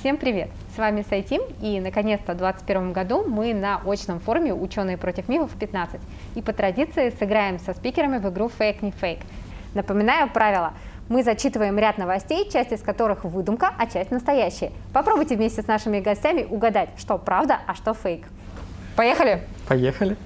Всем привет! С вами Сайтим, и наконец-то в 2021 году мы на очном форуме «Ученые против мифов 15». И по традиции сыграем со спикерами в игру «Фейк не фейк». Напоминаю правила. Мы зачитываем ряд новостей, часть из которых выдумка, а часть настоящие. Попробуйте вместе с нашими гостями угадать, что правда, а что фейк. Поехали! Поехали!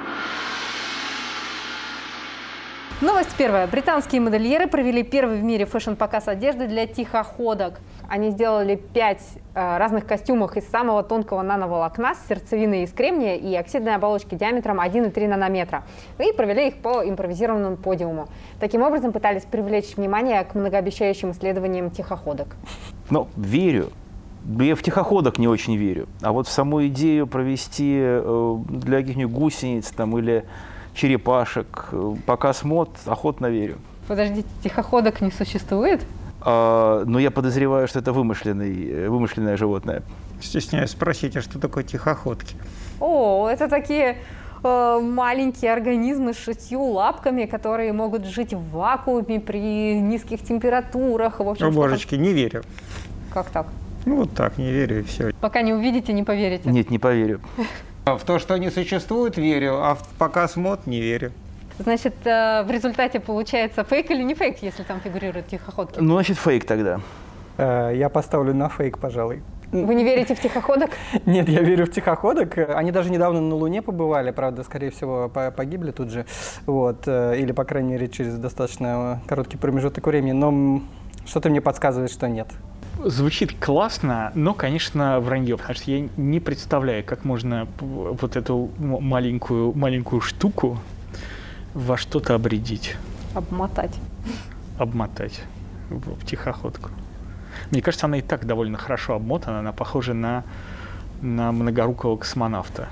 Новость первая. Британские модельеры провели первый в мире фэшн-показ одежды для тихоходок. Они сделали 5 разных костюмов из самого тонкого нановолокна с сердцевиной из кремния и оксидной оболочки диаметром 1,3 нанометра. И провели их по импровизированному подиуму. Таким образом пытались привлечь внимание к многообещающим исследованиям тихоходок. Ну, верю. Я в тихоходок не очень верю. А вот в саму идею провести для каких-нибудь гусениц там, или черепашек показ мод охотно верю. Подождите, тихоходок не существует? Но я подозреваю, что это вымышленное животное. Стесняюсь спросить, а что такое тихоходки? О, это такие маленькие организмы с 6 лапками, которые могут жить в вакууме при низких температурах. В общем, божечки, не верю. Как так? Ну вот так, не верю и все. Пока не увидите, не поверите. Нет, не поверю. В то, что они существуют, верю, а в показ мод не верю. Значит, в результате получается фейк или не фейк, если там фигурируют тихоходки? Ну, значит, фейк тогда. Я поставлю на фейк, пожалуй. Вы не верите в тихоходок? Нет, я верю в тихоходок. Они даже недавно на Луне побывали, правда, скорее всего, погибли тут же. Вот. Или, по крайней мере, через достаточно короткий промежуток времени. Но что-то мне подсказывает, что нет. Звучит классно, но, конечно, вранье, потому что я не представляю, как можно вот эту маленькую штуку во что-то обрядить. Обмотать. Обмотать в тихоходку. Мне кажется, она и так довольно хорошо обмотана, она похожа на многорукого космонавта.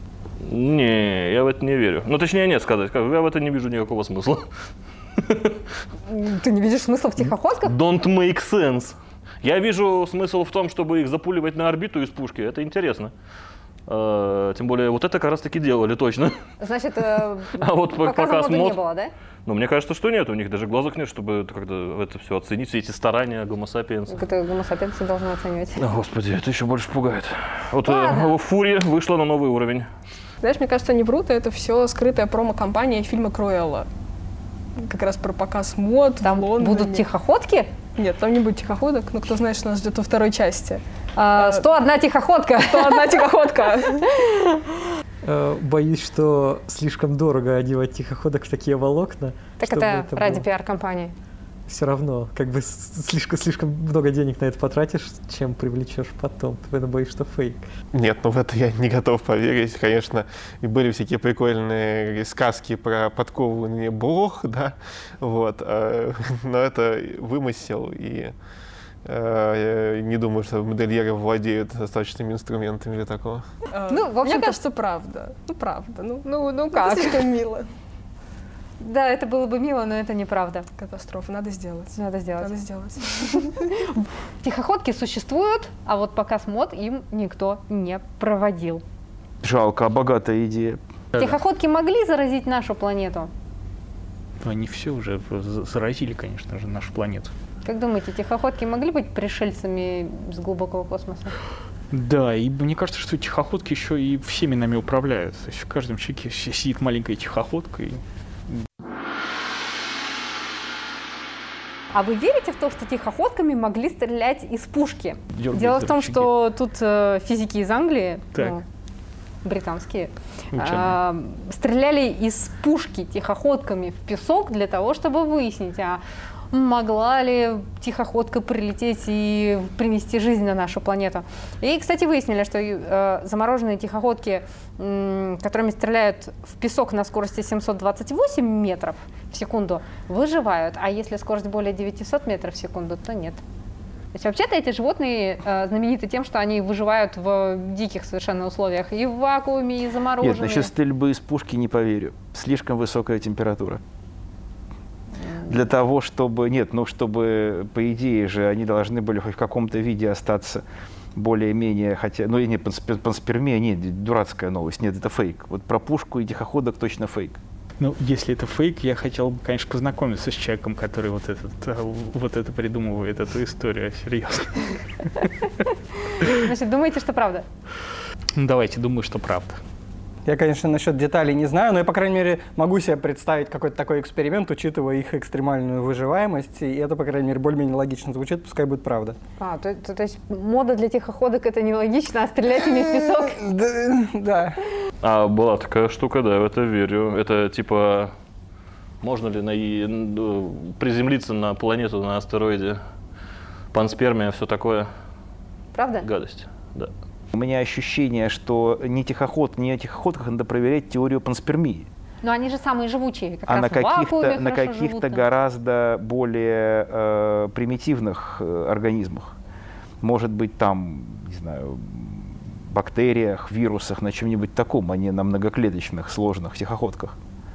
Не, я в это не верю. Ну, точнее, нет сказать, я в это не вижу никакого смысла. Ты не видишь смысла в тихоходках? Don't make sense. Я вижу смысл в том, чтобы их запуливать на орбиту из пушки. Это интересно. Тем более, вот это как раз таки делали точно. Значит, а вот показ мод не было, да? Ну, мне кажется, что нет. У них даже глазок нет, чтобы как-то это все оценить, все эти старания гомо сапиенса. Это гомо сапиенсы должны оценивать. Господи, это еще больше пугает. Вот Фури вышла на новый уровень. Знаешь, мне кажется, они врут, это все скрытая промо-компания фильма «Круэлла». Как раз про показ мод там в Лондоне. Будут тихоходки? Нет, там не будет тихоходок, но кто знает, что нас ждет во второй части. 101 тихоходка! 101 тихоходка! Боюсь, что слишком дорого одевать тихоходок в такие волокна. Так это ради пиар-компании. Все равно, как бы слишком много денег на это потратишь, чем привлечешь потом. Поэтому боюсь, что фейк. Нет, ну в это я не готов поверить. Конечно, и были всякие прикольные сказки про подкованный блох, да, вот. Но это вымысел, и я не думаю, что модельеры владеют достаточными инструментами для такого. Ну, в общем-то, мне кажется, правда. Ну, правда. Ну как? Это слишком мило. Да, это было бы мило, но это неправда. Катастрофа. Надо сделать. Надо сделать. Надо сделать. Тихоходки существуют, а вот показ мод им никто не проводил. Жалко, а богатая идея. Тихоходки могли заразить нашу планету? Они все уже заразили, конечно же, нашу планету. Как думаете, тихоходки могли быть пришельцами с глубокого космоса? Да, и мне кажется, что тихоходки еще и всеми нами управляют. То есть в каждом человеке сидит маленькая тихоходка. А вы верите в то, что тихоходками могли стрелять из пушки? Дергать Дело в том, рычаги. что тут физики из Англии, британские, стреляли из пушки тихоходками в песок для того, чтобы выяснить, могла ли тихоходка прилететь и принести жизнь на нашу планету. И, кстати, выяснили, что замороженные тихоходки, которыми стреляют в песок на скорости 728 метров в секунду, выживают, а если скорость более 900 метров в секунду, то нет. То есть вообще-то эти животные знамениты тем, что они выживают в диких совершенно условиях, и в вакууме, и замороженные. Нет, насчет стрельбы из пушки не поверю. Слишком высокая температура. Для того, чтобы... Нет, ну, чтобы, по идее же, они должны были хоть в каком-то виде остаться более-менее, хотя... Ну, нет, панспермия, нет, дурацкая новость, нет, это фейк. Вот про пушку и тихоходок точно фейк. Ну, если это фейк, я хотел бы, конечно, познакомиться с человеком, который вот это придумывает, эту историю, серьезно. Значит, думаете, что правда? Ну, давайте, думаю, что правда. Я, конечно, насчет деталей не знаю, но я, по крайней мере, могу себе представить какой-то такой эксперимент, учитывая их экстремальную выживаемость, и это, по крайней мере, более-менее логично звучит, пускай будет правда. То есть мода для тихоходок — это нелогично, а стрелять ими в песок? Да. А была такая штука, да, в это верю. Это типа, можно ли приземлиться на планету, на астероиде, панспермия, все такое? Правда? Гадость, да. У меня ощущение, что не о тихоходках надо проверять теорию панспермии. Но они же самые живучие, как А раз на каких-то гораздо более примитивных организмах. Может быть, там, не знаю, бактериях, вирусах, на чем-нибудь таком, а не на многоклеточных, сложных тихоходках.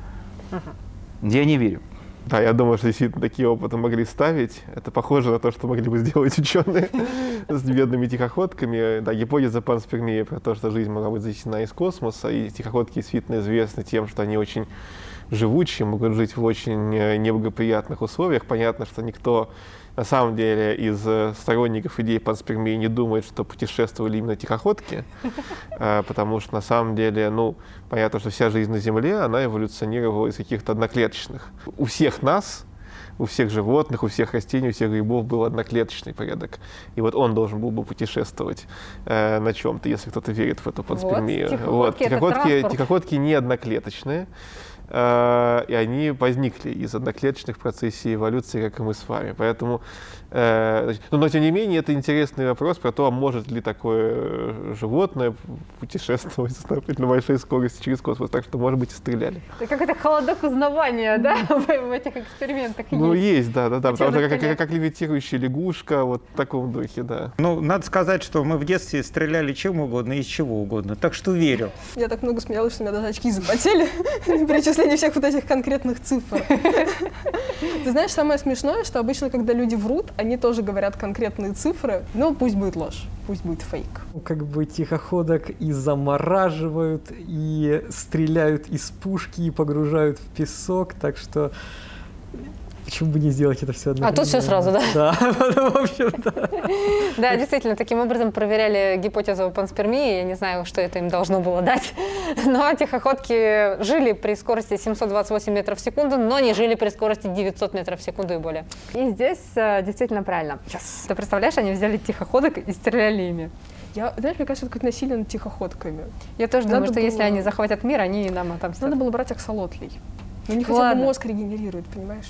Я не верю. Да, я думаю, что действительно такие опыты могли ставить. Это похоже на то, что могли бы сделать ученые с бедными тихоходками. Да, гипотеза панспермии про то, что жизнь могла быть защищена из космоса, и тихоходки действительно известны тем, что они очень живучие, могут жить в очень неблагоприятных условиях. Понятно, что никто на самом деле из сторонников идеи панспермии не думает, что путешествовали именно тихоходки, потому что на самом деле, ну, понятно, что вся жизнь на Земле, она эволюционировала из каких-то одноклеточных. У всех нас, у всех животных, у всех растений, у всех грибов был одноклеточный порядок. И вот он должен был бы путешествовать на чем-то, если кто-то верит в эту панспермию. Вот, тихоходки не одноклеточные. И они возникли из одноклеточных процессий эволюции, как и мы с вами. Поэтому, но тем не менее, это интересный вопрос про то, а может ли такое животное путешествовать на большой скорости через космос. Так что, может быть, и стреляли. Это какой-то холодок узнавания, да, в этих экспериментах есть? Ну, есть, да. Потому что как левитирующая лягушка, вот в таком духе, да. Ну, надо сказать, что мы в детстве стреляли чем угодно и из чего угодно. Так что верю. Я так много смеялась, что у меня даже очки запотели при не всех вот этих конкретных цифр. Ты знаешь, самое смешное, что обычно, когда люди врут, они тоже говорят конкретные цифры, но пусть будет ложь, пусть будет фейк. Как бы тихоходок и замораживают, и стреляют из пушки, и погружают в песок, так что почему бы не сделать это все одновременно? А тут все сразу, да? Да, в общем, да. Да, действительно, таким образом проверяли гипотезу панспермии. Я не знаю, что это им должно было дать. Но тихоходки жили при скорости 728 метров в секунду, но не жили при скорости 900 метров в секунду и более. И здесь действительно правильно. Yes. Ты представляешь, они взяли тихоходок и стреляли ими. Знаешь, мне кажется, это какое-то насилие над тихоходками. Я тоже думаю, что если они захватят мир, они нам отомстят. Надо было брать аксолотлей. У них хотя бы мозг регенерирует, понимаешь?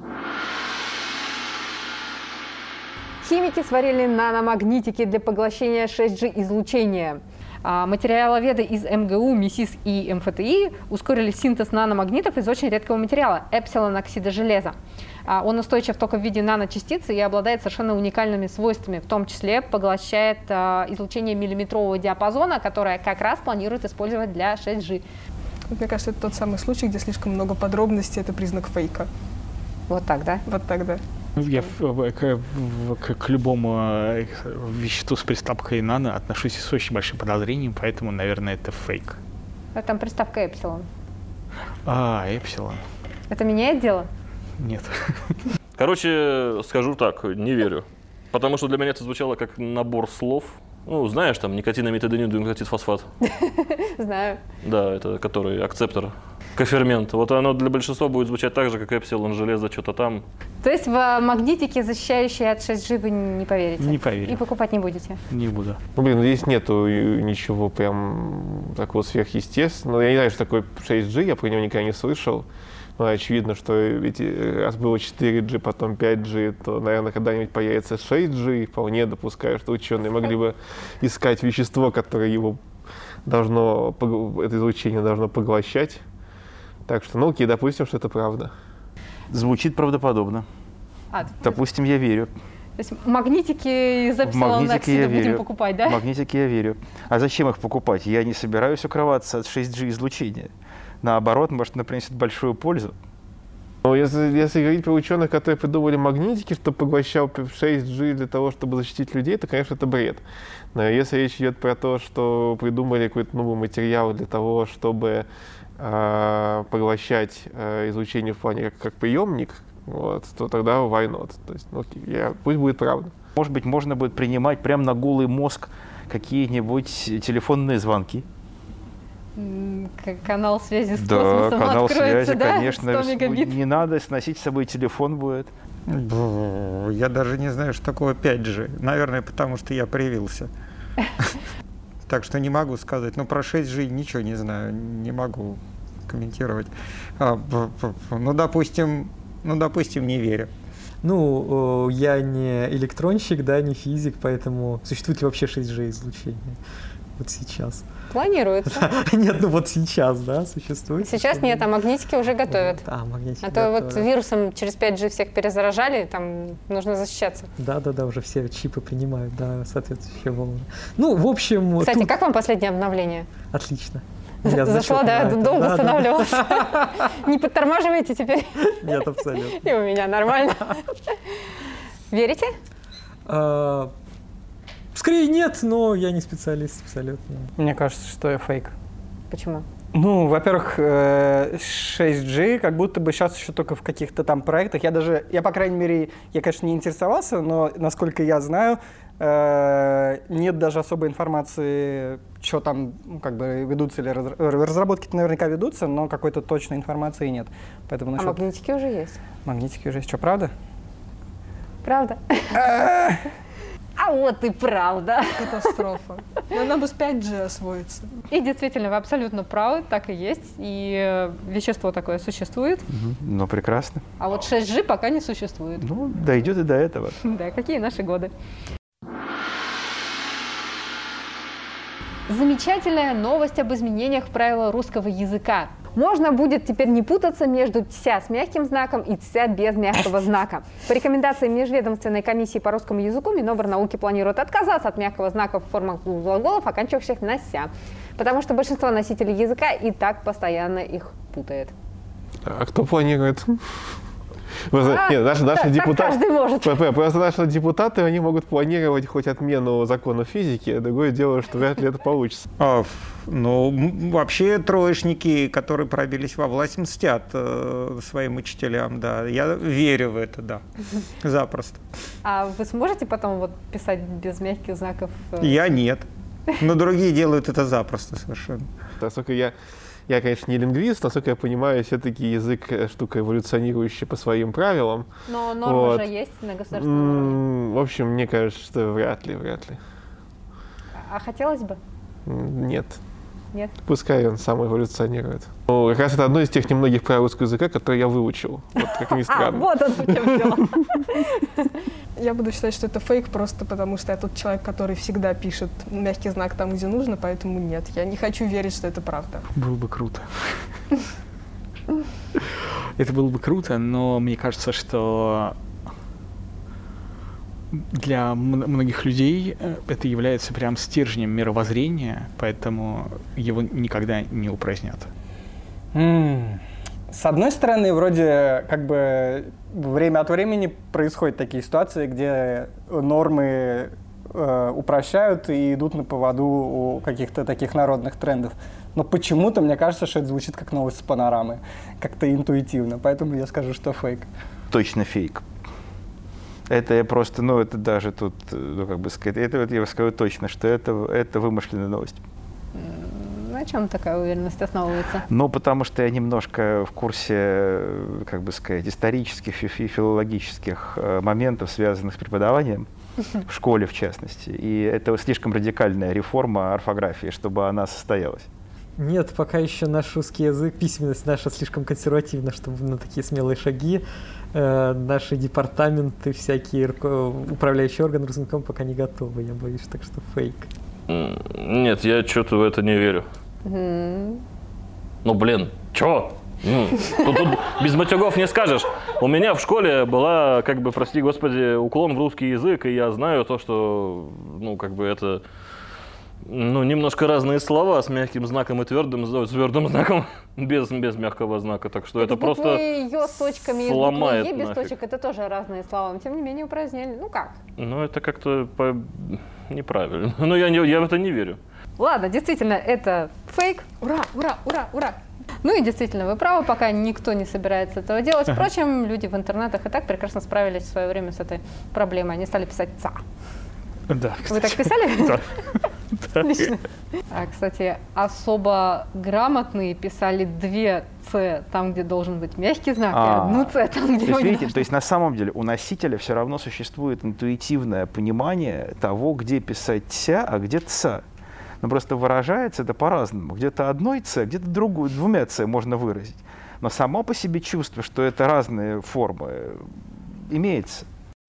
Химики сварили наномагнитики для поглощения 6G-излучения. Материаловеды из МГУ, МИСИС и МФТИ ускорили синтез наномагнитов из очень редкого материала – эпсилон-оксида железа. Он устойчив только в виде наночастицы и обладает совершенно уникальными свойствами, в том числе поглощает излучение миллиметрового диапазона, которое как раз планируют использовать для 6G. Мне кажется, это тот самый случай, где слишком много подробностей – это признак фейка. Вот так, да? Вот так, да. Я к любому веществу с приставкой нано отношусь с очень большим подозрением, поэтому, наверное, это фейк. А там приставка эпсилон. Эпсилон. Это меняет дело? Нет. Короче, скажу так, не верю. Потому что для меня это звучало как набор слов. Ну, знаешь, там, никотинамид, аденин, нуклеотид, фосфат. Знаю. Да, это который акцептор. Кофермент. Вот оно для большинства будет звучать так же, как эпсилон, железо, что-то там. То есть в магнитики, защищающие от 6G, вы не поверите? Не поверю. И покупать не будете? Не буду. Ну, блин, здесь нету ничего прям такого сверхъестественного. Я не знаю, что такое 6G, я про него никогда не слышал. Но очевидно, что ведь раз было 4G, потом 5G, то, наверное, когда-нибудь появится 6G. Вполне допускаю, что ученые могли бы искать вещество, которое его это излучение должно поглощать. Так что, ну окей, допустим, что это правда. Звучит правдоподобно. Допустим, я верю. То есть магнитики из эпсилон-оксида будем покупать, да? В магнитики я верю. А зачем их покупать? Я не собираюсь укрываться от 6G излучения. Наоборот, может, она принесет большую пользу. Но если говорить про ученых, которые придумали магнитики, что поглощал 6G для того, чтобы защитить людей, то, конечно, это бред. Но если речь идет про то, что придумали какой-то новый материал для того, чтобы поглощать излучение в плане как приемник, вот, то тогда why not? То есть, пусть будет правда. Может быть, можно будет принимать прямо на голый мозг какие-нибудь телефонные звонки. Канал связи с да, космосом канал откроется, связи, да? конечно. Не надо сносить с собой телефон будет. Я даже не знаю, что такое 5G. Наверное, потому что я привился. Так что не могу сказать. Но про 6G ничего не знаю, не могу комментировать. Допустим, не верю. Ну, я не электронщик, да, не физик, поэтому существует ли вообще 6G излучение? Вот сейчас. Планируется. Нет, ну вот сейчас, да, существует. Сейчас нет, а магнитики уже готовят. Магнитики а то вот вирусом через 5G всех перезаражали, там нужно защищаться. Да, уже все чипы принимают, да, соответствующие волны. Ну, в общем... Кстати, как вам последнее обновление? Отлично. Зашла, да, долго останавливалась. Не подтормаживаете теперь? Нет, абсолютно. И у меня нормально. Верите? Скорее нет, но я не специалист абсолютно. Мне кажется, что я фейк. Почему? Ну, во-первых, 6G как будто бы сейчас еще только в каких-то там проектах. Я, по крайней мере, я, конечно, не интересовался, но, насколько я знаю, нет даже особой информации, что там, ведутся ли разработки-то наверняка ведутся, но какой-то точной информации нет. Поэтому магнитики уже есть? Магнитики уже есть. Что, правда? Правда. А вот и правда. Катастрофа. Надо бы с 5G освоиться. И действительно, вы абсолютно правы, так и есть. И вещество такое существует. Ну, прекрасно. А вот 6G пока не существует. Ну, дойдет и до этого. Да, какие наши годы. Замечательная новость об изменениях правил русского языка. Можно будет теперь не путаться между «тся» с мягким знаком и «тся» без мягкого знака. По рекомендации Межведомственной комиссии по русскому языку Минобрнауки планирует отказаться от мягкого знака в формах глаголов, оканчивающихся на «ся», потому что большинство носителей языка и так постоянно их путает. А кто планирует? Наши депутаты, просто наши депутаты, они могут планировать хоть отмену закона физики, другое дело, что вряд ли это получится. Вообще троечники, которые пробились во власть, мстят своим учителям, да. Я верю в это, да, запросто. А вы сможете потом писать без мягких знаков? Я нет, но другие делают это запросто совершенно. Насколько я, конечно, не лингвист, насколько я понимаю, все-таки язык штука эволюционирующая по своим правилам. Но нормы же есть на государственном уровне. В общем, мне кажется, что вряд ли. А хотелось бы? Нет. Нет? Пускай он сам эволюционирует. Ну, как раз это одно из тех немногих правил русского языка, которые я выучил. Вот, как ни странно. Вот он в чем дело. Я буду считать, что это фейк просто потому, что я тот человек, который всегда пишет мягкий знак там, где нужно, поэтому нет. Я не хочу верить, что это правда. Было бы круто. Это было бы круто, но мне кажется, что для многих людей это является прям стержнем мировоззрения, поэтому его никогда не упразднят. С одной стороны, вроде время от времени происходят такие ситуации, где нормы упрощают и идут на поводу у каких-то таких народных трендов. Но почему-то мне кажется, что это звучит как новость с панорамы, как-то интуитивно, поэтому я скажу, что фейк. Точно фейк. Это я просто, это даже тут, это я скажу точно, что это вымышленная новость. На чем такая уверенность основывается? Потому что я немножко в курсе, исторических и филологических моментов, связанных с преподаванием, в школе в частности. И это слишком радикальная реформа орфографии, чтобы она состоялась. Нет, пока еще наш русский язык, письменность наша слишком консервативна, чтобы на такие смелые шаги. Наши департаменты, всякие управляющие органы русским языком пока не готовы, я боюсь, так что фейк. Нет, я что-то в это не верю. Чё? Тут без матюгов не скажешь. У меня в школе была, прости господи, уклон в русский язык, и я знаю то, что, это Ну, немножко разные слова с мягким знаком и твердым знаком, без мягкого знака. Так что это просто Ё с точками и сломает Е без нафиг. точек, это тоже разные слова, но тем не менее упразднили. Ну как? Ну, это как-то неправильно. Но я в это не верю. Ладно, действительно, это фейк. Ура, ура, ура, ура! Ну и действительно, вы правы, пока никто не собирается этого делать. Впрочем, люди в интернетах и так прекрасно справились в свое время с этой проблемой. Они стали писать «ца». Да, Вы так писали? Да. Отлично. А, кстати, особо грамотные писали 2 «ц» там, где должен быть мягкий знак, и 1 «ц» там, где То есть, он видите, то есть на самом деле у носителя все равно существует интуитивное понимание того, где писать «ся», а где «ца». Но просто выражается это по-разному. Где-то одной «ц», где-то другую, 2 «ц» можно выразить. Но само по себе чувство, что это разные формы, имеется.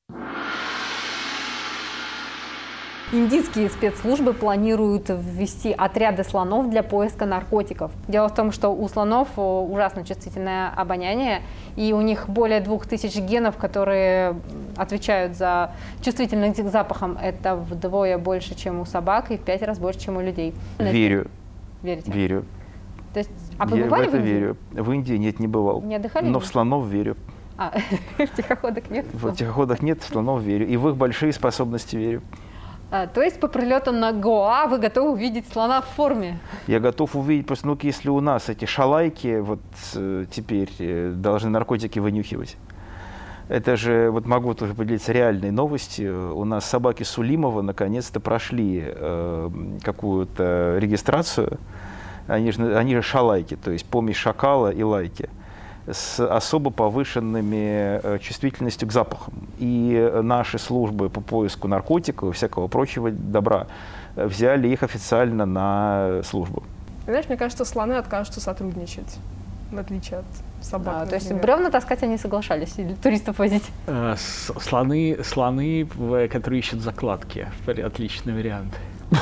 Индийские спецслужбы планируют ввести отряды слонов для поиска наркотиков. Дело в том, что у слонов ужасно чувствительное обоняние, и у них более 2000 генов, которые отвечают за чувствительность к запахам. Это вдвое больше, чем у собак, и в 5 раз больше, чем у людей. Верю. Верите? Верю. То есть, а вы Я в бывали это в Индии? верю. В Индии нет, не бывал. Не отдыхали? Но в слонов верю. А, в тихоходок нет? В тихоходах нет, в слонов верю. И в их большие способности верю. То есть по прилету на Гоа вы готовы увидеть слона в форме? Я готов увидеть, просто ну если у нас эти шалайки вот теперь должны наркотики вынюхивать. Это же, вот могу тоже поделиться реальной новостью. У нас собаки Сулимова наконец-то прошли какую-то регистрацию. Они же шалайки, то есть помесь шакала и лайки, с особо повышенными чувствительностью к запахам. И наши службы по поиску наркотиков и всякого прочего добра взяли их официально на службу. Знаешь, мне кажется, слоны откажутся сотрудничать, в отличие от собак. То есть бревна таскать они соглашались или туристов возить? Слоны, которые ищут закладки. Отличный вариант.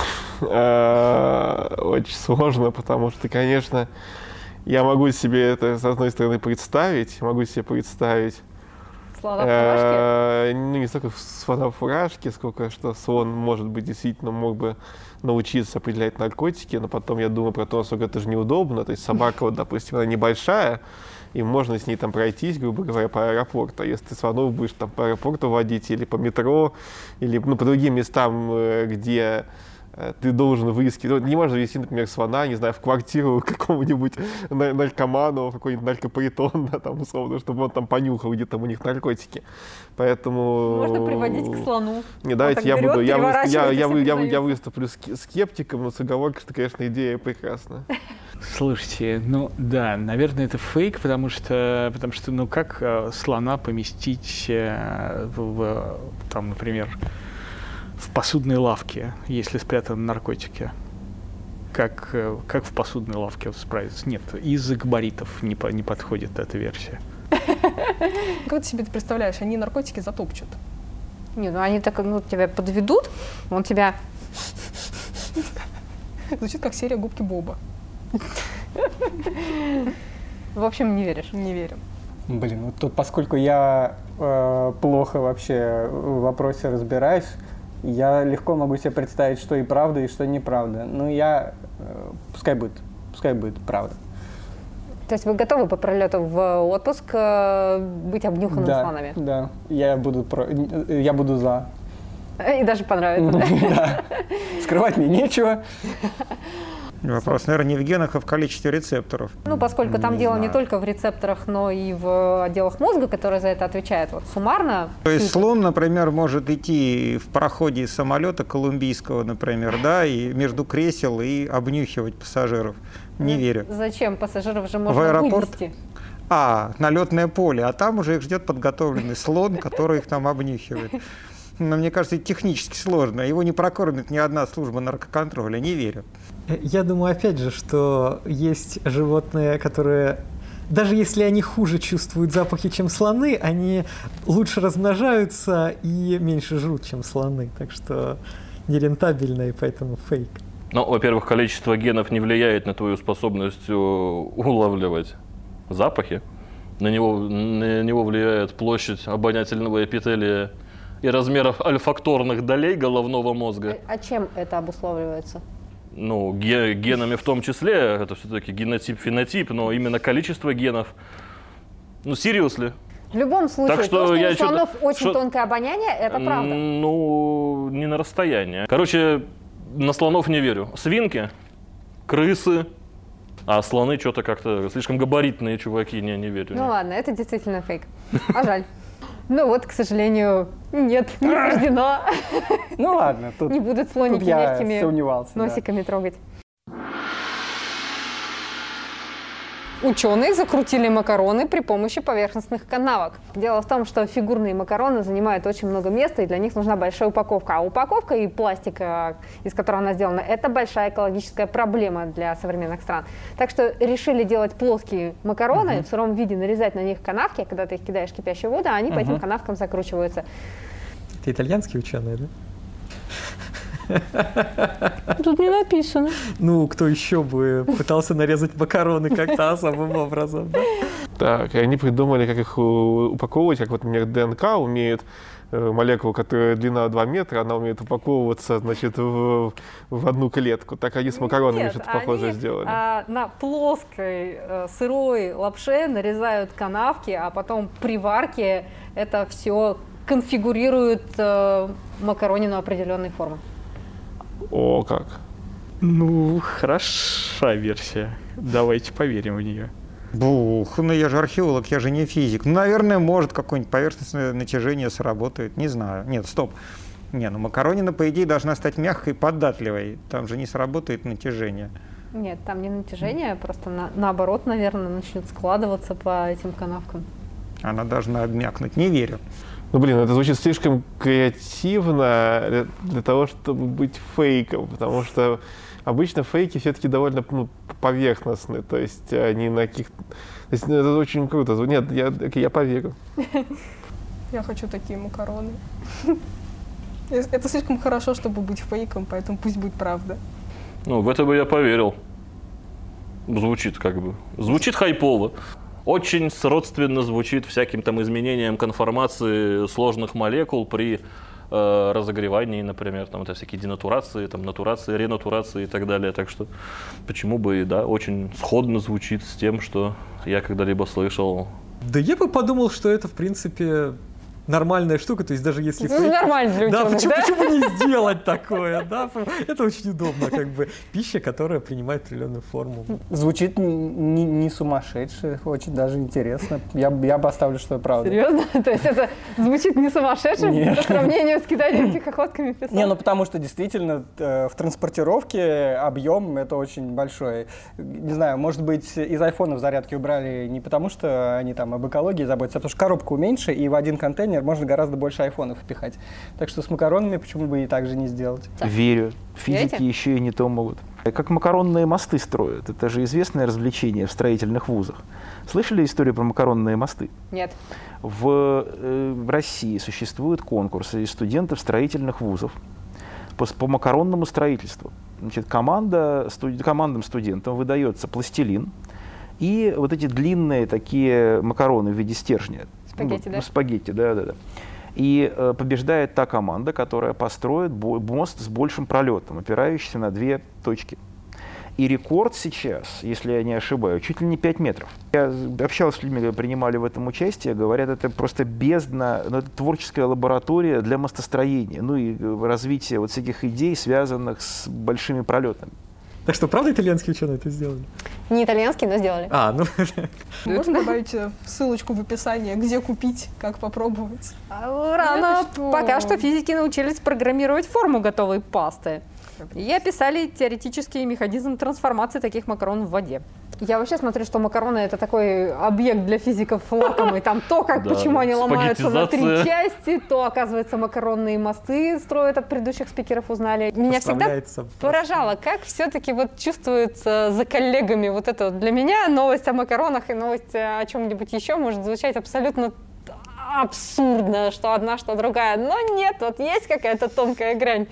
Очень сложно, потому что, конечно, я могу себе это, с одной стороны, представить, Слона в фуражке? ну, не столько слона в фуражке, сколько что слон, может быть, действительно мог бы научиться определять наркотики, но потом я думаю про то, насколько это же неудобно. То есть собака, вот, допустим, она небольшая, и можно с ней там пройтись, грубо говоря, по аэропорту. А если ты слонов будешь там по аэропорту водить или по метро, или ну, по другим местам, где ты должен выискивать. Не можно вести, например, слона, не знаю, в квартиру какому-нибудь наркоману, в какой-нибудь наркопритон, да, там, условно, чтобы он там понюхал, где там у них наркотики. Поэтому... Можно приводить к слону. Не, давайте я выступлю скептиком, но с оговоркой, что, конечно, идея прекрасна. Слушайте, ну да, наверное, это фейк, потому что ну как слона поместить там, например, в посудной лавке, если спрятаны наркотики? Как в посудной лавке справиться? Нет, из-за габаритов не подходит эта версия. Как ты себе это представляешь? Они наркотики затопчут. Не, ну они так тебя подведут, он тебя... Звучит как серия «Губки Боба». В общем, не веришь? Не верю. Блин, вот тут, поскольку я плохо вообще в вопросе разбираюсь, я легко могу себе представить, что и правда, и что неправда. Ну, пускай будет правда. То есть вы готовы по пролету в отпуск быть обнюханным слонами? Да, я буду за. И даже понравится, да? Да. Скрывать мне нечего. Вопрос, наверное, не в генах, а в количестве рецепторов. Ну, поскольку там дело не только в рецепторах, но и в отделах мозга, которые за это отвечают. Вот суммарно... То есть слон, например, может идти в проходе самолета колумбийского, например, да, и между кресел и обнюхивать пассажиров. Не верю. Зачем? Пассажиров же можно в аэропорт? вывести. На летное поле, а там уже их ждет подготовленный слон, который их там обнюхивает. Но мне кажется, это технически сложно. Его не прокормит ни одна служба наркоконтроля, не верю. Я думаю, опять же, что есть животные, которые, даже если они хуже чувствуют запахи, чем слоны, они лучше размножаются и меньше жрут, чем слоны. Так что нерентабельно, и поэтому фейк. Ну, во-первых, количество генов не влияет на твою способность улавливать запахи. На него влияет площадь обонятельного эпителия и размеров ольфакторных долей головного мозга. А чем это обусловливается? Ну, генами в том числе, это все-таки генотип-фенотип, но именно количество генов, ну, seriously. В любом случае, Так что то, что я у слонов очень тонкое обоняние, это правда. Ну, не на расстоянии. Короче, на слонов не верю. Свинки, крысы, а слоны что-то как-то слишком габаритные чуваки, не верю. Ну ладно, это действительно фейк. А жаль. Ну вот, к сожалению, нет, не суждено. Ну ладно, тут не будут слоники мягкими носиками трогать. Ученые закрутили макароны при помощи поверхностных канавок. Дело в том, что фигурные макароны занимают очень много места, и для них нужна большая упаковка. А упаковка и пластика, из которой она сделана, это большая экологическая проблема для современных стран. Так что решили делать плоские макароны, в сыром виде нарезать на них канавки, когда ты их кидаешь в кипящую воду, а они по этим канавкам закручиваются. Это итальянские ученые, да? Тут не написано. Ну, кто еще бы пытался нарезать макароны как-то особым образом, да? Так, и они придумали, как их упаковывать, как вот, например, ДНК умеет молекула, которая длина 2 метра, она умеет упаковываться, значит, в одну клетку. Так они с макаронами что-то похожее сделали. На плоской сырой лапше нарезают канавки, а потом при варке это все конфигурирует макаронину определенной формы. О, как. Ну, хороша версия. Давайте поверим в нее. Бух, ну я же археолог, я же не физик. Ну, наверное, может какое-нибудь поверхностное натяжение сработает, не знаю. Нет, стоп. Не, ну макаронина, по идее, должна стать мягкой и податливой. Там же не сработает натяжение. Нет, там не натяжение, просто наоборот, наверное, начнет складываться по этим канавкам. Она должна обмякнуть, не верю. Ну, блин, это звучит слишком креативно для того, чтобы быть фейком, потому что обычно фейки все-таки довольно поверхностны, то есть они на каких-то... То есть это очень круто. Нет, я поверю. Я хочу такие макароны. Это слишком хорошо, чтобы быть фейком, поэтому пусть будет правда. Ну, в это бы я поверил. Звучит Звучит хайпово. Очень сродственно звучит всяким там изменениям конформации сложных молекул при разогревании, например, там это всякие денатурации, там натурации, ренатурации и так далее. Так что почему бы и да, очень сходно звучит с тем, что я когда-либо слышал. Да я бы подумал, что это в принципе нормальная штука, то есть даже если... Нормально для ученых, да? Почему не сделать такое, да? Это очень удобно, как бы, пища, которая принимает определенную форму. Звучит не сумасшедше, очень даже интересно. Я поставлю, что это правда. Серьезно? То есть это звучит не сумасшедшим по сравнению с киданием тихоходками в песок? Не, ну потому что действительно в транспортировке объем это очень большой. Не знаю, может быть, из айфонов зарядки убрали не потому, что они там об экологии заботятся, а потому что коробку меньше, и в один контейнер можно гораздо больше айфонов впихать. Так что с макаронами почему бы и так же не сделать? Верю. Физики еще и не то могут. Как макаронные мосты строят. Это же известное развлечение в строительных вузах. Слышали историю про макаронные мосты? Нет. В России существуют конкурсы студентов строительных вузов по макаронному строительству. Значит, командам студентам выдается пластилин и вот эти длинные такие макароны в виде стержня. Спагетти, да? Спагетти, да. И побеждает та команда, которая построит мост с большим пролетом, опирающийся на 2 точки. И рекорд сейчас, если я не ошибаюсь, чуть ли не 5 метров. Я общался с людьми, которые принимали в этом участие, говорят, это просто бездна, это творческая лаборатория для мостостроения, ну и развития вот всяких идей, связанных с большими пролетами. Так что, правда, итальянские ученые это сделали? Не итальянские, но сделали. Можно добавить ссылочку в описании, где купить, как попробовать? Рано. Пока что физики научились программировать форму готовой пасты. И описали теоретический механизм трансформации таких макарон в воде. Я вообще смотрю, что макароны — это такой объект для физиков лакомый. Там то, почему они ломаются на 3 части, то, оказывается, макаронные мосты строят, от предыдущих спикеров узнали. Меня всегда поражало, как все-таки вот чувствуется за коллегами вот это. Для меня новость о макаронах и новость о чем-нибудь еще может звучать абсолютно абсурдно, что одна, что другая. Но нет, вот есть какая-то тонкая грань.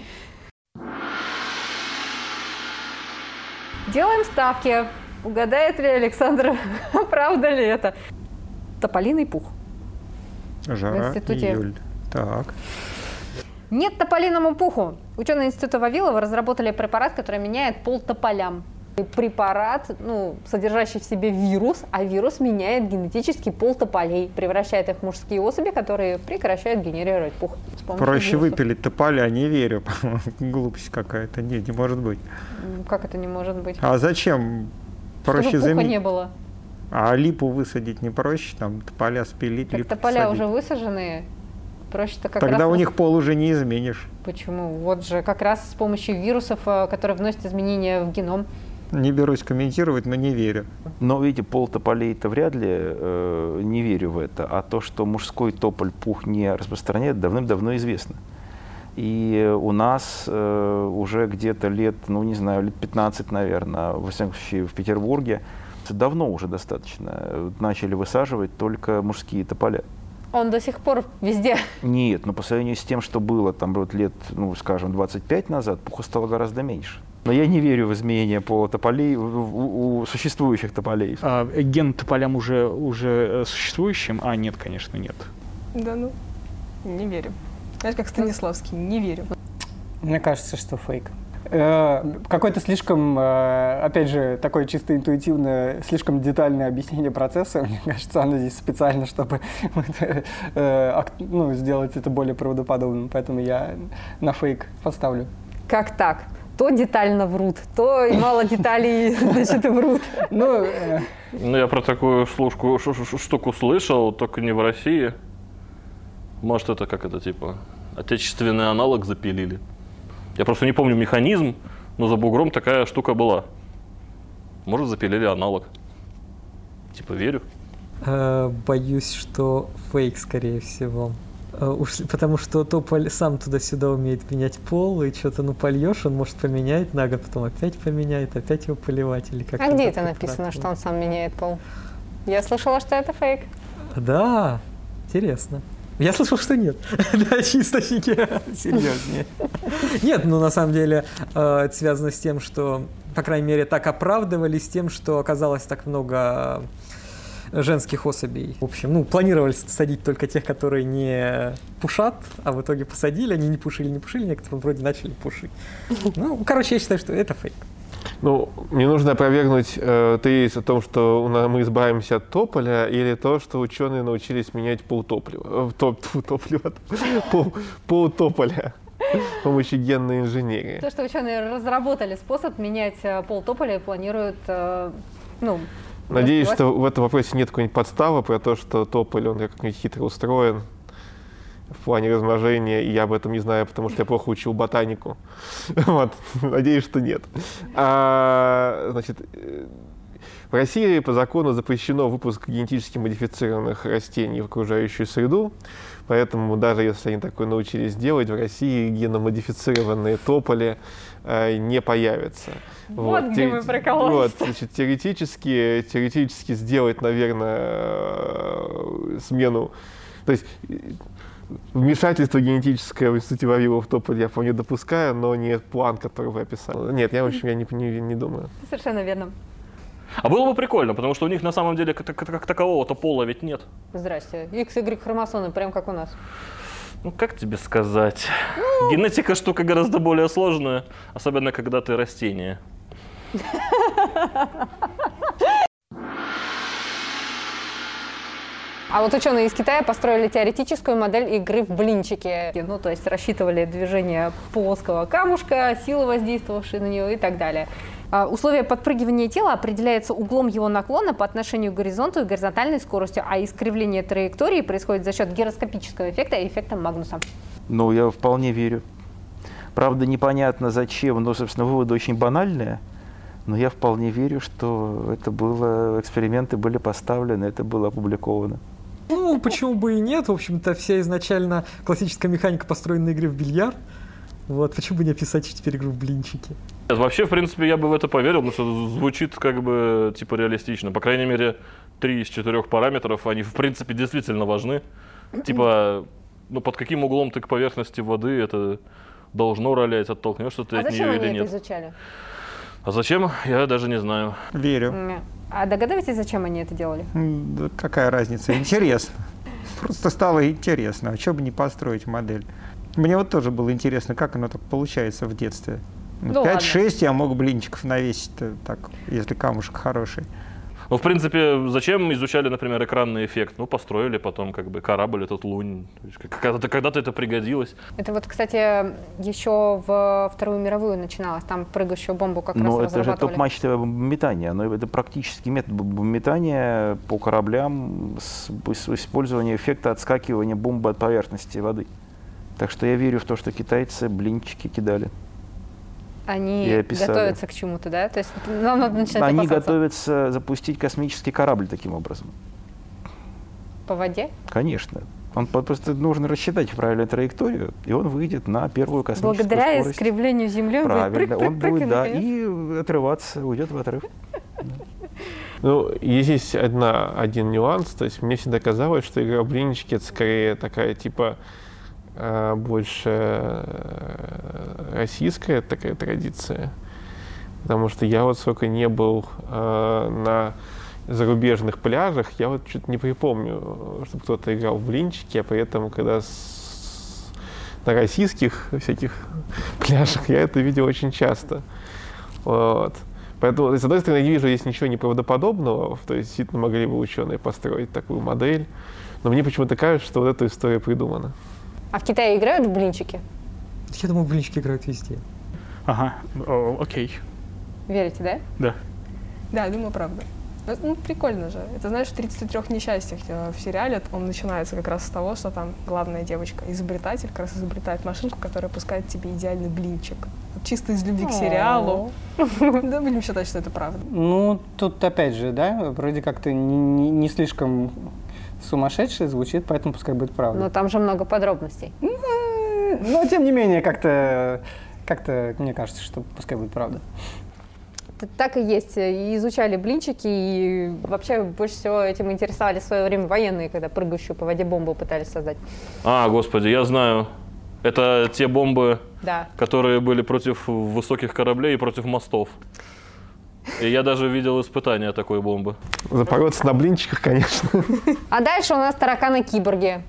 Делаем ставки. Угадает ли Александр, правда ли это? Тополиный пух. Жара, июль. Так. Нет тополиному пуху. Ученые Института Вавилова разработали препарат, который меняет пол тополям. Препарат, содержащий в себе вирус, а вирус меняет генетический пол тополей, превращает их в мужские особи, которые прекращают генерировать пух. Проще выпилить тополя, не верю. Глупость какая-то. Не может быть. Как это не может быть? А зачем? Проще Чтобы пуха не было. А липу высадить не проще? Там тополя спилить, так липу тополя посадить. уже высаженные. Проще-то как Тогда раз у них пол уже не изменишь. Почему? Вот же как раз с помощью вирусов, которые вносят изменения в геном. Не берусь комментировать, но не верю. Но, видите, пол тополей-то вряд ли, не верю в это. А то, что мужской тополь пух не распространяет, давным-давно известно. И у нас уже где-то лет 15, наверное, во всяком случае в Петербурге, давно уже достаточно, начали высаживать только мужские тополя. Он до сих пор везде. Нет, но по сравнению с тем, что было там лет, 25 назад, пуха стало гораздо меньше. Но я не верю в изменения пола тополей у существующих тополей. Ген тополям уже существующим? Нет, конечно, нет. Да не верю. Знаешь, как Станиславский, не верю. Мне кажется, что фейк. Какое-то слишком, опять же, такое чисто интуитивное, слишком детальное объяснение процесса. Мне кажется, оно здесь специально, чтобы сделать это более правдоподобным. Поэтому я на фейк поставлю. Как так? То детально врут, то и мало деталей, значит, врут. Я про такую штуку слышал, только не в России. Может, это типа отечественный аналог запилили. Я просто не помню механизм, но за бугром такая штука была. Может, запилили аналог. Типа верю. Боюсь, что фейк, скорее всего. Потому что тополь сам туда-сюда умеет менять пол, и что-то польешь, он может поменять на год, потом опять поменяет, опять его поливать. Или как-то. А где это написано, что он сам меняет пол? Я слышала, что это фейк. Да, интересно. Я слышал, что нет. Да, источники серьезнее. Нет, на самом деле это связано с тем, что, по крайней мере, так оправдывались тем, что оказалось так много женских особей. В общем, планировали садить только тех, которые не пушат, а в итоге посадили, они не пушили, некоторые вроде начали пушить. Я считаю, что это фейк. Мне нужно опровергнуть тезис о том, что мы избавимся от тополя, или то, что ученые научились менять пол тополя с помощью генной инженерии. То, что ученые разработали способ менять пол тополя и планируют, Надеюсь, что в этом вопросе нет какой-нибудь подставы про то, что тополь, он как-нибудь хитро устроен в плане размножения, и я об этом не знаю, потому что я плохо учил ботанику. Надеюсь, что нет. В России по закону запрещено выпуск генетически модифицированных растений в окружающую среду, поэтому даже если они такое научились делать, в России геномодифицированные тополи не появятся. Где мы прокололись. Теоретически сделать, наверное, смену. То есть вмешательство генетическое в Институте Вавилова в тополь я вполне допускаю, но не план, который вы описали. Нет, я не думаю. Совершенно верно. А было бы прикольно, потому что у них на самом деле как такового-то пола ведь нет. Здрасте. XY хромосомы, прям как у нас. Как тебе сказать? Генетика штука гораздо более сложная, особенно когда ты растение. А вот ученые из Китая построили теоретическую модель игры в блинчики. То есть рассчитывали движение плоского камушка, силы, воздействовавшие на него и так далее. Условие подпрыгивания тела определяется углом его наклона по отношению к горизонту и горизонтальной скоростью, а искривление траектории происходит за счет гироскопического эффекта и эффекта Магнуса. Я вполне верю. Правда, непонятно зачем, но, собственно, выводы очень банальные. Но я вполне верю, что это было, эксперименты были поставлены, это было опубликовано. Почему бы и нет? В общем-то, вся изначально классическая механика построена на игре в бильярд. Почему бы не описать теперь игру в блинчики? Вообще, в принципе, я бы в это поверил, потому что звучит реалистично. По крайней мере, 3 из 4 параметров, они, в принципе, действительно важны. Под каким углом ты к поверхности воды это должно ролять, оттолкнешься ты от нее или нет. А зачем они это изучали? А зачем? Я даже не знаю. Верю. А догадываетесь, зачем они это делали? Да какая разница? Интересно. Просто стало интересно. А что бы не построить модель? Мне вот тоже было интересно, как оно так получается в детстве. Ну, 5-6 я мог блинчиков навесить-то так, если камушек хороший. Ну, в принципе, зачем изучали, например, экранный эффект? Ну, построили потом как бы корабль, этот лунь. Когда-то это пригодилось. Это вот, кстати, еще в Вторую мировую начиналось. Там прыгающую бомбу как раз разрабатывали. Но это же топ-мачтовое бомбометание. Это практически метод бомбометания по кораблям с использованием эффекта отскакивания бомбы от поверхности воды. Так что я верю в то, что китайцы блинчики кидали. Они готовятся к чему-то, да? То есть нам надо начинать Они опасаться. готовятся запустить космический корабль таким образом. По воде? Конечно. Он просто нужно рассчитать правильную траекторию, и он выйдет на первую космическую Благодаря скорость. искривлению Земли он Правильно, будет он будет, да, и отрываться, уйдет в отрыв. Ну, есть один нюанс, то есть мне всегда казалось, что игра в блинчики это скорее такая типа больше российская такая традиция, потому что я вот сколько не был на зарубежных пляжах, я вот что-то не припомню, чтобы кто-то играл в блинчики, а при этом, когда на российских всяких пляжах я это видел очень часто. Вот. Поэтому, с одной стороны, я не вижу здесь ничего неправдоподобного, то есть действительно могли бы ученые построить такую модель, но мне почему-то кажется, что вот эта история придумана. А в Китае играют в блинчики? Я думаю, блинчики играют везде. Ага, окей. Верите, да? Да. Да, я думаю, правда. Ну, прикольно же. Это, знаешь, в 33 несчастьях в сериале он начинается как раз с того, что там главная девочка, изобретатель, как раз изобретает машинку, которая пускает тебе идеальный блинчик. Вот чисто из любви к сериалу. Да, будем считать, что это правда. Ну, тут опять же, да, вроде как-то не слишком сумасшедший звучит, поэтому пускай будет правда. Но там же много подробностей. Но, тем не менее, как-то мне кажется, что пускай будет правда. Так и есть. И изучали блинчики, и вообще больше всего этим интересовались в свое время военные, когда прыгающую по воде бомбу пытались создать. А, господи, я знаю. Это те бомбы, Да. которые были против высоких кораблей и против мостов. И я даже видел испытания такой бомбы. Запороться на блинчиках, конечно. А дальше у нас тараканы-киборги.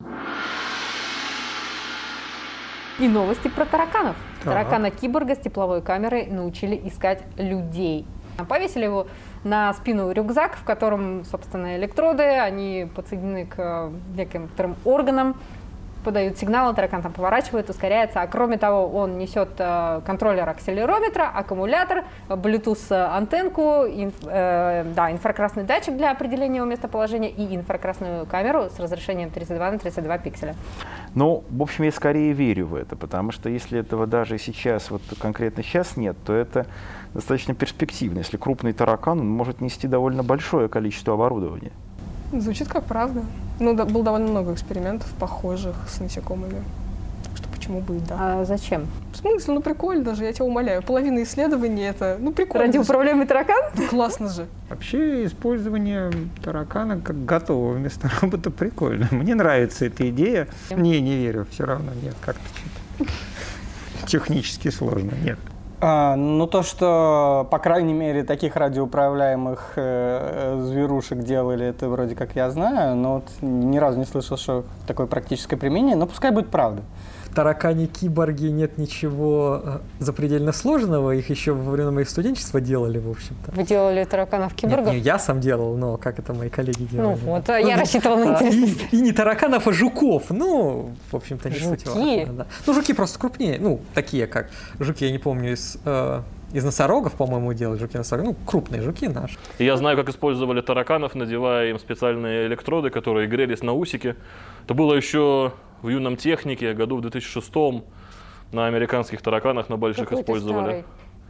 И новости про тараканов. Таракана-киборга с тепловой камерой научили искать людей. Повесили его на спину рюкзак, в котором, собственно, электроды, они подсоединены к некоторым органам, подают сигналы, таракан там поворачивает, ускоряется. А кроме того, он несет контроллер акселерометра, аккумулятор, Bluetooth-антенку, инфракрасный датчик для определения его местоположения и инфракрасную камеру с разрешением 32 на 32 пикселя. Ну, в общем, я скорее верю в это, потому что если этого даже сейчас, вот конкретно сейчас нет, то это достаточно перспективно. Если крупный таракан, он может нести довольно большое количество оборудования. Звучит как правда. Ну, было довольно много экспериментов, похожих с насекомыми. Так что почему бы и да. А зачем? В смысле? Ну, прикольно даже, я тебя умоляю. Половина исследований это, ну, прикольно. Ради управляемый таракан? Ну, классно же. Вообще использование таракана как готового вместо робота прикольно. Мне нравится эта идея. Не верю, все равно нет, как-то что-то технически сложно, нет. Ну, то, что, по крайней мере, таких радиоуправляемых зверушек делали, это вроде как я знаю, но вот ни разу не слышал, что такое практическое применение, но пускай будет правда. В таракане-киборге нет ничего запредельно сложного, их еще во время моего студенчества делали, в общем-то. Вы делали тараканов-киборгов? Нет, я сам делал, но как это мои коллеги делали. Ну вот, я рассчитывала на интерес. И не тараканов, а жуков. Ну, в общем-то, не суть Жуки? важно, да. Ну, жуки просто крупнее. Ну, такие как жуки, я не помню, из носорогов, по-моему, делали жуки-носороги. Ну, крупные жуки наши. И я знаю, как использовали тараканов, надевая им специальные электроды, которые грелись на усики. Это было еще в юном технике, году в 2006 на американских тараканах на больших Какой ты использовали.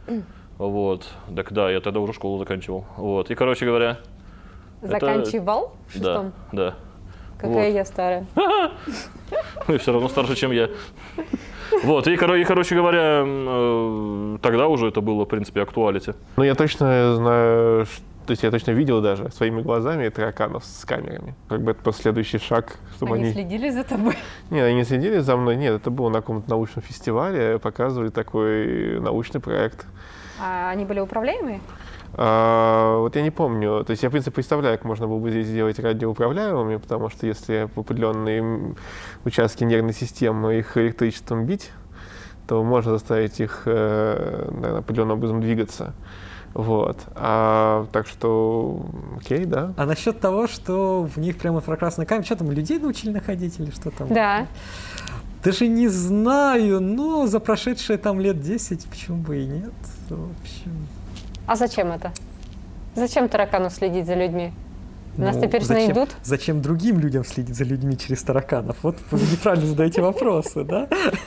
Вот. Так да, я тогда уже школу заканчивал. Вот. И, короче говоря... Заканчивал в шестом? Да. Какая вот. я старая. Ну и все равно старше, чем я. Вот, и, короче говоря, тогда уже это было, в принципе, актуалити. Ну, я точно знаю, То есть я точно видел даже своими глазами тараканов с камерами. Как бы это просто следующий шаг, чтобы Они следили за тобой? Нет, они не следили за мной. Нет, это было на каком-то научном фестивале. Показывали такой научный проект. А они были управляемые? Вот я не помню. То есть я, в принципе, представляю, как можно было бы здесь сделать радиоуправляемыми, потому что если в определенные участки нервной системы их электричеством бить, то можно заставить их наверное, определенным образом двигаться. Вот. Так что, окей, да. А насчет того, что в них прямо инфракрасная камера, что там, людей научили находить или что там? Да. Даже не знаю, но за прошедшие там лет 10, почему бы и нет, в общем. А зачем это? Зачем таракану следить за людьми? Нас теперь найдут? Зачем другим людям следить за людьми через тараканов? Вот вы неправильно задаете вопросы, да?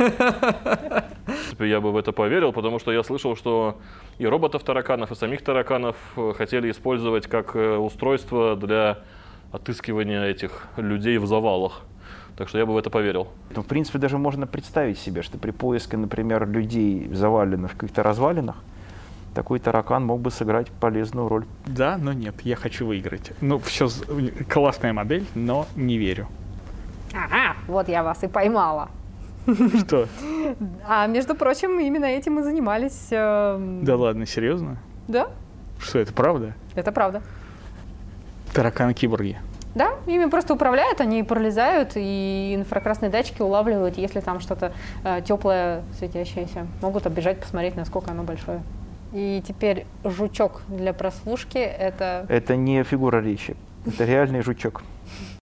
Я бы в это поверил, потому что я слышал, что и роботов-тараканов, и самих тараканов хотели использовать как устройство для отыскивания этих людей в завалах. Так что я бы в это поверил. Ну, в принципе, даже можно представить себе, что при поиске, например, людей, заваленных в каких-то развалинах, такой таракан мог бы сыграть полезную роль. Да, но нет, я хочу выиграть. Ну, все, классная модель, но не верю. Ага, вот я вас и поймала. Что? А между прочим, именно этим и занимались. Да ладно, серьезно? Да. Что, это правда? Это правда. Тараканы-киборги. Да, ими просто управляют, они пролезают, и инфракрасные датчики улавливают, если там что-то теплое, светящееся. Могут оббежать, посмотреть, насколько оно большое. И теперь жучок для прослушки — это... Это не фигура речи, это реальный жучок.